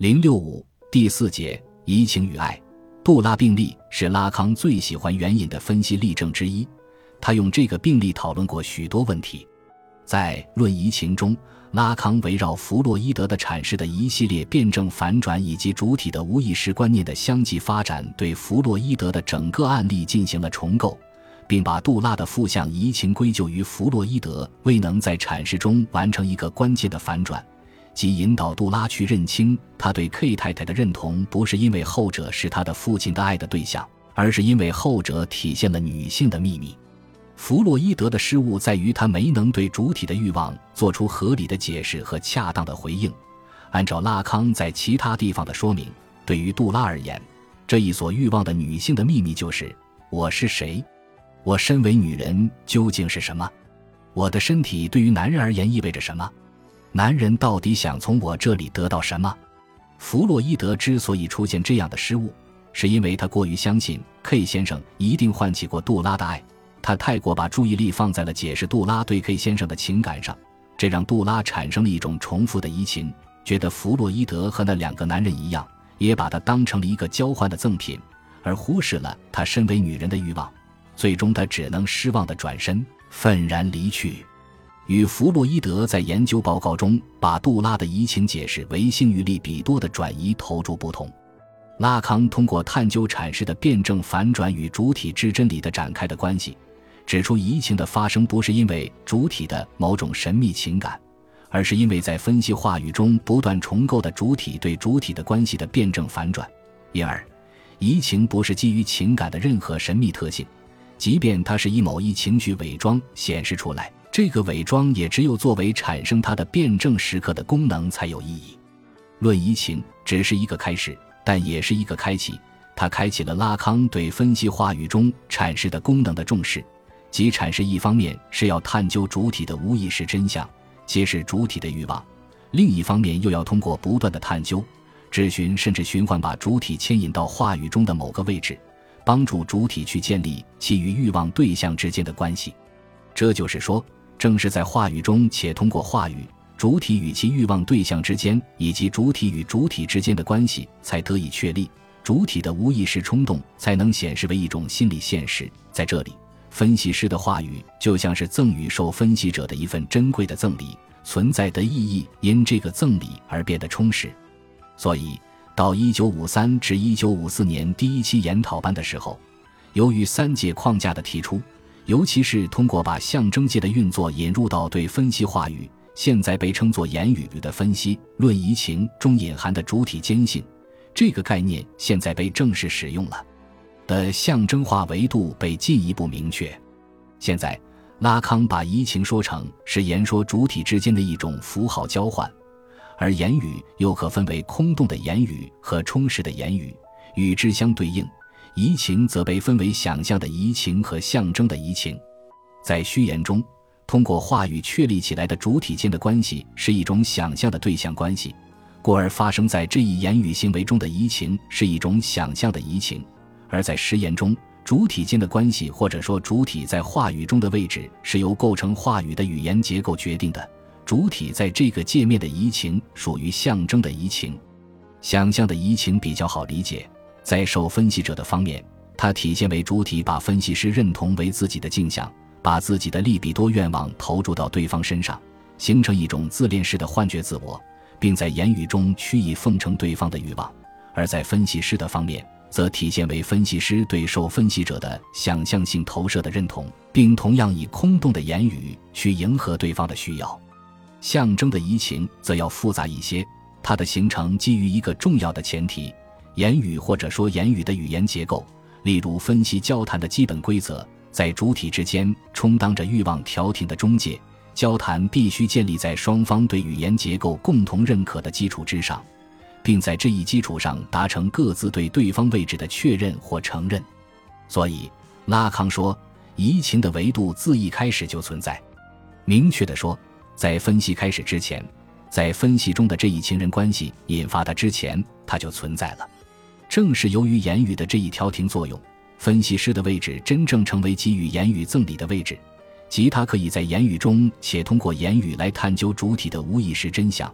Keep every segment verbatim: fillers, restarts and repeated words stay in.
零六五第四节移情与爱。杜拉病例是拉康最喜欢援引的分析例证之一，他用这个病例讨论过许多问题。在《论移情》中，拉康围绕弗洛伊德的阐释的一系列辩证反转以及主体的无意识观念的相继发展，对弗洛伊德的整个案例进行了重构，并把杜拉的负向移情归咎于弗洛伊德未能在阐释中完成一个关键的反转，即引导杜拉去认清他对 K 太太的认同不是因为后者是他的父亲的爱的对象，而是因为后者体现了女性的秘密。弗洛伊德的失误在于他没能对主体的欲望做出合理的解释和恰当的回应。按照拉康在其他地方的说明，对于杜拉而言，这一所欲望的女性的秘密就是我是谁，我身为女人究竟是什么，我的身体对于男人而言意味着什么，男人到底想从我这里得到什么。弗洛伊德之所以出现这样的失误，是因为他过于相信 K 先生一定唤起过杜拉的爱，他太过把注意力放在了解释杜拉对 K 先生的情感上，这让杜拉产生了一种重复的移情，觉得弗洛伊德和那两个男人一样，也把他当成了一个交换的赠品，而忽视了他身为女人的欲望。最终他只能失望地转身，愤然离去。与弗洛伊德在研究报告中把杜拉的移情解释为性欲力比多的转移投注不同，拉康通过探究阐释的辩证反转与主体之真理的展开的关系，指出移情的发生不是因为主体的某种神秘情感，而是因为在分析话语中不断重构的主体对主体的关系的辩证反转。因而移情不是基于情感的任何神秘特性，即便它是以某一情绪伪装显示出来，这个伪装也只有作为产生它的辩证时刻的功能才有意义。论移情只是一个开始，但也是一个开启，它开启了拉康对分析话语中阐释的功能的重视，即阐释一方面是要探究主体的无意识真相，揭示主体的欲望，另一方面又要通过不断的探究、质询甚至循环把主体牵引到话语中的某个位置，帮助主体去建立其与欲望对象之间的关系。这就是说，正是在话语中且通过话语，主体与其欲望对象之间以及主体与主体之间的关系才得以确立，主体的无意识冲动才能显示为一种心理现实。在这里，分析师的话语就像是赠予受分析者的一份珍贵的赠礼，存在的意义因这个赠礼而变得充实。所以到一九五三至一九五四年第一期研讨班的时候，由于三界框架的提出，尤其是通过把象征界的运作引入到对分析话语，现在被称作言语的分析论移情中隐含的主体坚信，这个概念现在被正式使用了的象征化维度被进一步明确。现在拉康把移情说成是言说主体之间的一种符号交换，而言语又可分为空洞的言语和充实的言语，与之相对应，移情则被分为想象的移情和象征的移情。在虚言中，通过话语确立起来的主体间的关系是一种想象的对象关系，故而发生在这一言语行为中的移情是一种想象的移情。而在实言中，主体间的关系或者说主体在话语中的位置是由构成话语的语言结构决定的，主体在这个界面的移情属于象征的移情。想象的移情比较好理解，在受分析者的方面，它体现为主体把分析师认同为自己的镜像，把自己的利比多愿望投注到对方身上，形成一种自恋式的幻觉自我，并在言语中曲意奉承对方的欲望。而在分析师的方面，则体现为分析师对受分析者的想象性投射的认同，并同样以空洞的言语去迎合对方的需要。象征的移情则要复杂一些，它的形成基于一个重要的前提，言语或者说言语的语言结构，例如分析交谈的基本规则，在主体之间充当着欲望调停的中介，交谈必须建立在双方对语言结构共同认可的基础之上，并在这一基础上达成各自对对方位置的确认或承认。所以拉康说，移情的维度自一开始就存在。明确地说，在分析开始之前，在分析中的这一情人关系引发它之前，它就存在了。正是由于言语的这一调停作用，分析师的位置真正成为给予言语赠礼的位置，即他可以在言语中且通过言语来探究主体的无意识真相，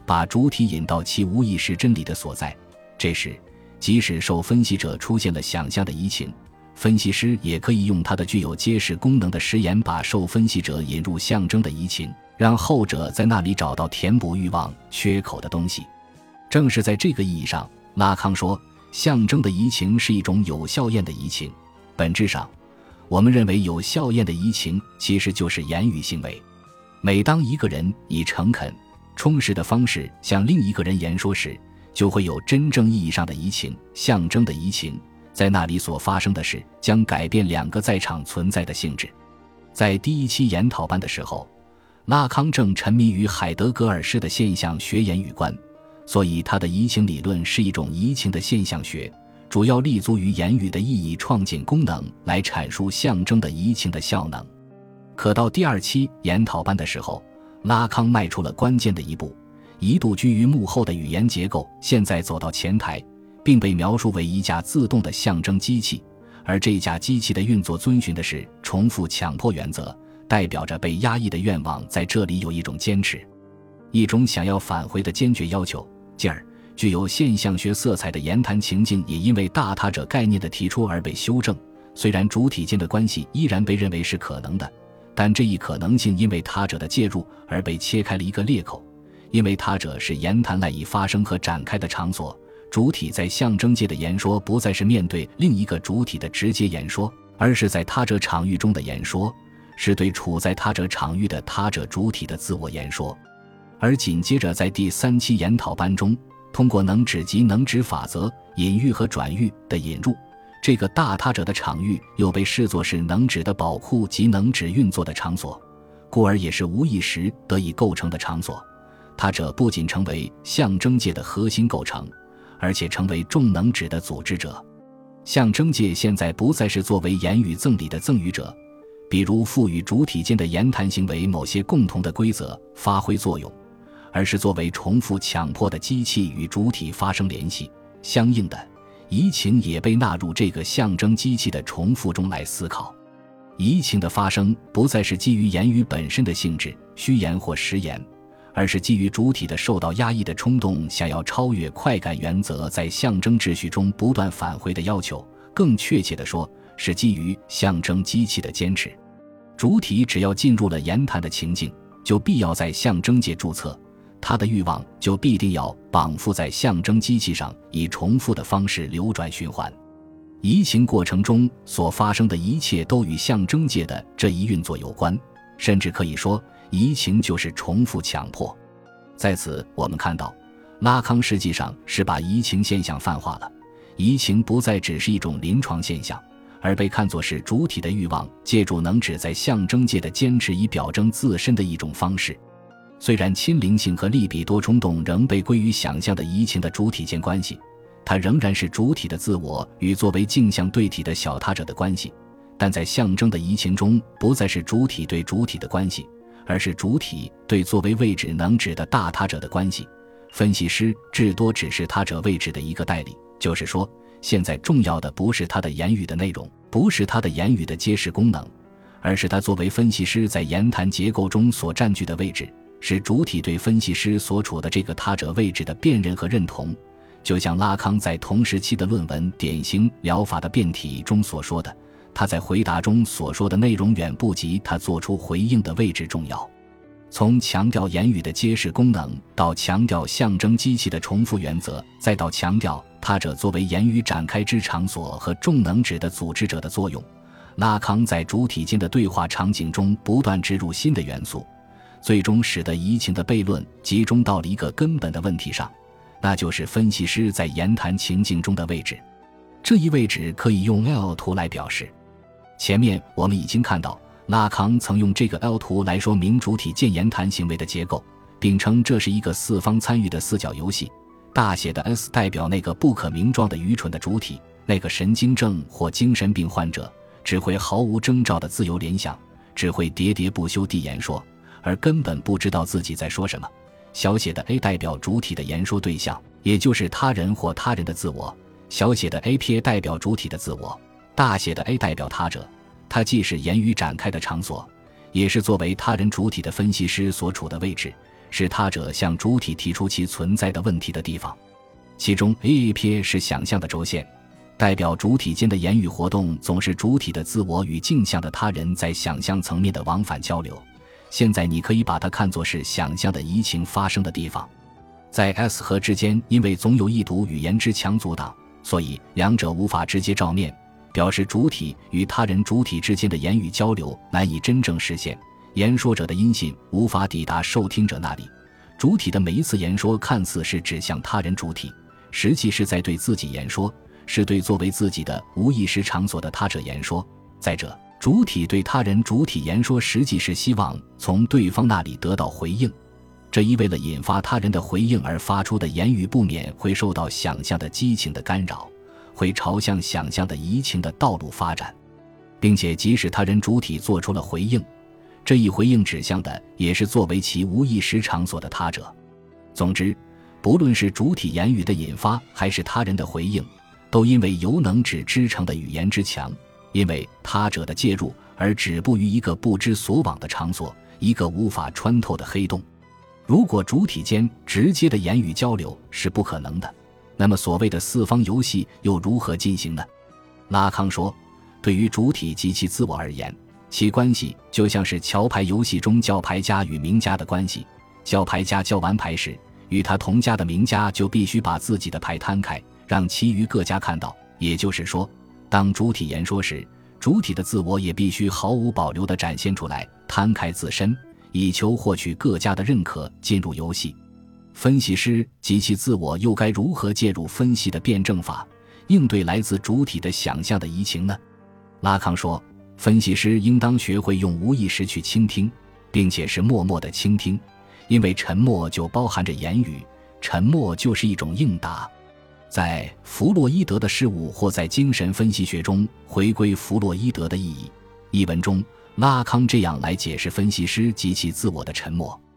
把主体引到其无意识真理的所在。这时，即使受分析者出现了想象的移情，分析师也可以用他的具有揭示功能的实言把受分析者引入象征的移情，让后者在那里找到填补欲望缺口的东西。正是在这个意义上，拉康说象征的移情是一种有效验的移情。本质上，我们认为有效验的移情其实就是言语行为。每当一个人以诚恳充实的方式向另一个人言说时，就会有真正意义上的移情，象征的移情，在那里所发生的事将改变两个在场存在的性质。在第一期研讨班的时候，拉康正沉迷于海德格尔式的现象学言语观，所以他的移情理论是一种移情的现象学，主要立足于言语的意义创建功能来阐述象征的移情的效能。可到第二期研讨班的时候，拉康迈出了关键的一步，一度居于幕后的语言结构现在走到前台，并被描述为一架自动的象征机器，而这架机器的运作遵循的是重复强迫原则，代表着被压抑的愿望在这里有一种坚持，一种想要返回的坚决要求。进而具有现象学色彩的言谈情境也因为大他者概念的提出而被修正，虽然主体间的关系依然被认为是可能的，但这一可能性因为他者的介入而被切开了一个裂口。因为他者是言谈赖以发生和展开的场所，主体在象征界的言说不再是面对另一个主体的直接言说，而是在他者场域中的言说，是对处在他者场域的他者主体的自我言说。而紧接着在第三期研讨班中，通过能指及能指法则、隐喻和转喻的引入，这个大他者的场域又被视作是能指的宝库及能指运作的场所，故而也是无意识得以构成的场所。他者不仅成为象征界的核心构成，而且成为众能指的组织者。象征界现在不再是作为言语赠礼的赠予者，比如赋予主体间的言谈行为某些共同的规则发挥作用，而是作为重复强迫的机器与主体发生联系。相应的，移情也被纳入这个象征机器的重复中来思考。移情的发生不再是基于言语本身的性质，虚言或实言，而是基于主体的受到压抑的冲动，想要超越快感原则在象征秩序中不断返回的要求，更确切地说，是基于象征机器的坚持。主体只要进入了言谈的情境，就必要在象征界注册，他的欲望就必定要绑缚在象征机器上，以重复的方式流转循环。移情过程中所发生的一切都与象征界的这一运作有关，甚至可以说移情就是重复强迫。在此我们看到，拉康实际上是把移情现象泛化了，移情不再只是一种临床现象，而被看作是主体的欲望借助能指在象征界的坚持以表征自身的一种方式。虽然亲灵性和利比多冲动仍被归于想象的移情的主体间关系，它仍然是主体的自我与作为镜像对体的小他者的关系，但在象征的移情中不再是主体对主体的关系，而是主体对作为位置能指的大他者的关系。分析师至多只是他者位置的一个代理，就是说，现在重要的不是他的言语的内容，不是他的言语的揭示功能，而是他作为分析师在言谈结构中所占据的位置，是主体对分析师所处的这个他者位置的辨认和认同。就像拉康在同时期的论文《典型疗法的变体》中所说的，他在回答中所说的内容远不及他做出回应的位置重要。从强调言语的揭示功能，到强调象征机器的重复原则，再到强调他者作为言语展开之场所和众能指的组织者的作用，拉康在主体间的对话场景中不断植入新的元素，最终使得移情的悖论集中到了一个根本的问题上，那就是分析师在言谈情境中的位置。这一位置可以用 L 图来表示。前面我们已经看到，拉康曾用这个 L 图来说明主体间言谈行为的结构，并称这是一个四方参与的四角游戏。大写的 S 代表那个不可名状的愚蠢的主体，那个神经症或精神病患者，只会毫无征兆的自由联想，只会喋喋不休地言说，而根本不知道自己在说什么。小写的 A 代表主体的言说对象，也就是他人或他人的自我。小写的 A P A 代表主体的自我，大写的 A 代表他者。它既是言语展开的场所，也是作为他人主体的分析师所处的位置， 是他者向主体提出其存在的问题的地方。其中 A A P 是想象的轴线，代表主体间的言语活动总是主体的自我与镜像的他人在想象层面的往返交流。现在你可以把它看作是想象的移情发生的地方。在 S 和之间，因为总有一堵语言之墙阻挡，所以两者无法直接照面，表示主体与他人主体之间的言语交流难以真正实现，言说者的音信无法抵达受听者那里。主体的每一次言说看似是指向他人主体，实际是在对自己言说，是对作为自己的无意识场所的他者言说。再者，主体对他人主体言说实际是希望从对方那里得到回应，这一为了引发他人的回应而发出的言语不免会受到想象的激情的干扰，会朝向想象的移情的道路发展，并且即使他人主体做出了回应，这一回应指向的也是作为其无意识场所的他者。总之，不论是主体言语的引发还是他人的回应，都因为由能指织成的语言之墙，因为他者的介入而止步于一个不知所往的场所，一个无法穿透的黑洞。如果主体间直接的言语交流是不可能的，那么所谓的四方游戏又如何进行呢？拉康说，对于主体及其自我而言，其关系就像是桥牌游戏中教牌家与名家的关系。教牌家教完牌时，与他同家的名家就必须把自己的牌摊开，让其余各家看到。也就是说，当主体言说时，主体的自我也必须毫无保留地展现出来，摊开自身，以求获取各家的认可，进入游戏。分析师及其自我又该如何介入分析的辩证法，应对来自主体的想象的移情呢？拉康说，分析师应当学会用无意识去倾听，并且是默默的倾听，因为沉默就包含着言语，沉默就是一种应答。在弗洛伊德的事物或在精神分析学中回归弗洛伊德的意义一文中，拉康这样来解释分析师及其自我的沉默。